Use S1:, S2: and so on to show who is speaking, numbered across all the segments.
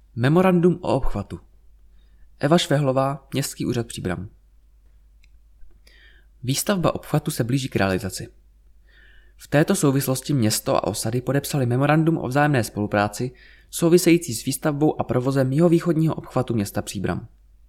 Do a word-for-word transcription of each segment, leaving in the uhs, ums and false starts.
S1: Memorandum o obchvatu. Eva Švehlová, Městský úřad Příbram. Výstavba obchvatu se blíží k realizaci. V této souvislosti město a osady podepsali memorandum o vzájemné spolupráci související s výstavbou a provozem jihovýchodního obchvatu města Příbram.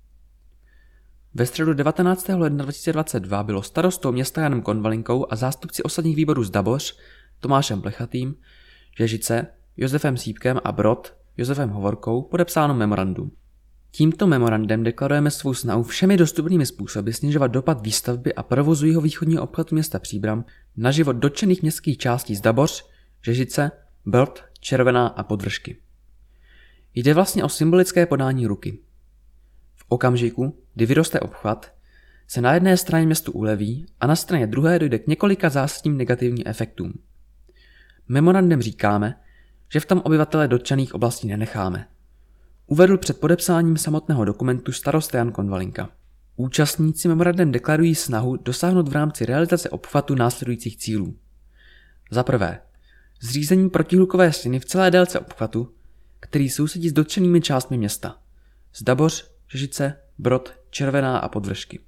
S1: Ve středu devatenáctého ledna dva tisíce dvacet dva bylo starostou města Janem Konvalinkou a zástupci osadních výborů z Daboř, Tomášem Plechatým, Žežice, Josefem Sýpkem a Brod, Josefem Hovorkou podepsáno memorandum. Tímto memorandem deklarujeme svou snahu všemi dostupnými způsoby snižovat dopad výstavby a provozu jihovýchodního obchvatu města Příbram na život dotčených městských částí z Daboř, Žežice, Brod, Červená a Podvržky. Jde vlastně o symbolické podání ruky. V okamžiku, kdy vyroste obchvat, se na jedné straně městu uleví a na straně druhé dojde k několika zásadním negativním efektům. Memorandem říkáme, že v tom obyvatele dotčených oblastí nenecháme. Uvedl před podepsáním samotného dokumentu starosta Jan Konvalinka. Účastníci memorandem deklarují snahu dosáhnout v rámci realizace obchvatu následujících cílů. Za prvé, zřízení protihlukové stěny v celé délce obchvatu, který sousedí s dotčenými částmi města. Z Daboř, Žežice, Brod, Červená a Podvržky.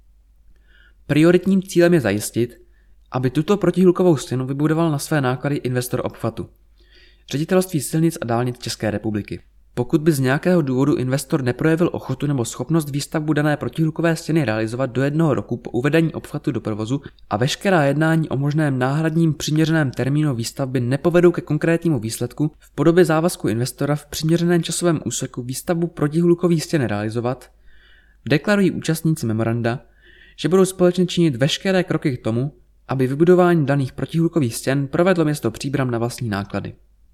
S1: Prioritním cílem je zajistit, aby tuto protihlukovou stěnu vybudoval na své náklady investor obchvatu. Ředitelství silnic a dálnic České republiky. Pokud by z nějakého důvodu investor neprojevil ochotu nebo schopnost výstavbu dané protihlukové stěny realizovat do jednoho roku po uvedení obchvatu do provozu a veškerá jednání o možném náhradním přiměřeném termínu výstavby nepovedou ke konkrétnímu výsledku v podobě závazku investora v přiměřeném časovém úseku výstavbu protihlukových stěn realizovat, deklarují účastníci memoranda, že budou společně činit veškeré kroky k tomu, aby vybudování daných protihlukových stěn provedlo město Příbram na vlastní náklady.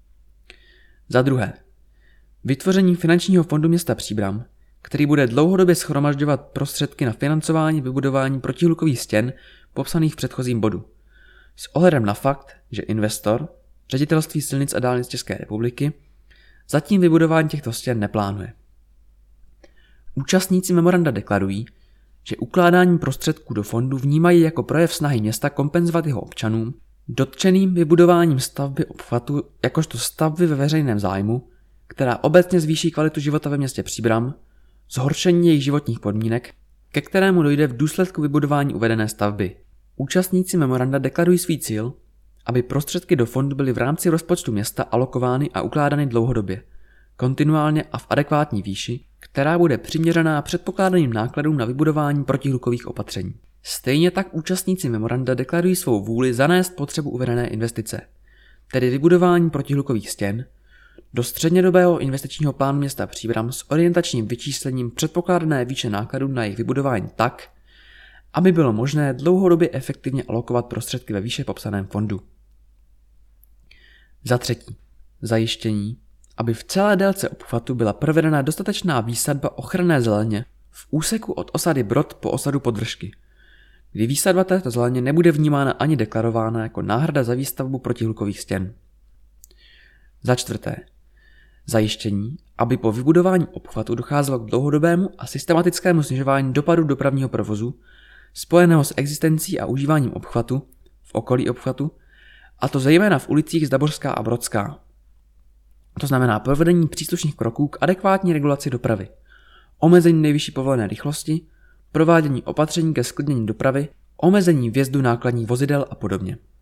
S1: Za druhé, vytvoření finančního fondu města Příbram, který bude dlouhodobě shromažďovat prostředky na financování vybudování protihlukových stěn popsaných v předchozím bodu. S ohledem na fakt, že investor, Ředitelství silnic a dálnic České republiky, zatím vybudování těchto stěn neplánuje. Účastníci memoranda deklarují, že ukládání prostředků do fondu vnímají jako projev snahy města kompenzovat jeho občanům dotčeným vybudováním stavby obchvatu jakožto stavby ve veřejném zájmu, která obecně zvýší kvalitu života ve městě Příbram, zhoršení jejich životních podmínek, ke kterému dojde v důsledku vybudování uvedené stavby. Účastníci memoranda deklarují svůj cíl, aby prostředky do fondu byly v rámci rozpočtu města alokovány a ukládány dlouhodobě, kontinuálně a v adekvátní výši, která bude přiměřená předpokládaným nákladům na vybudování protihlukových opatření. Stejně tak účastníci memoranda deklarují svou vůli zanést potřebu uvedené investice, tedy vybudování protihlukových stěn, do střednědobého investičního plánu města Příbram s orientačním vyčíslením předpokládané výše nákladů na jejich vybudování tak, aby bylo možné dlouhodobě efektivně alokovat prostředky ve výše popsaném fondu. Za třetí, zajištění, aby v celé délce obchvatu byla provedena dostatečná výsadba ochranné zeleně v úseku od osady Brod po osadu Podvržky, kdy výsadba této zeleně nebude vnímána ani deklarována jako náhrada za výstavbu protihlukových stěn. Za čtvrté, zajištění, aby po vybudování obchvatu docházelo k dlouhodobému a systematickému snižování dopadu dopravního provozu spojeného s existencí a užíváním obchvatu v okolí obchvatu, a to zejména v ulicích Zdabořská a Brodská. To znamená provedení příslušných kroků k adekvátní regulaci dopravy, omezení nejvyšší povolené rychlosti, provádění opatření ke zklidnění dopravy, omezení vjezdu nákladních vozidel a podobně.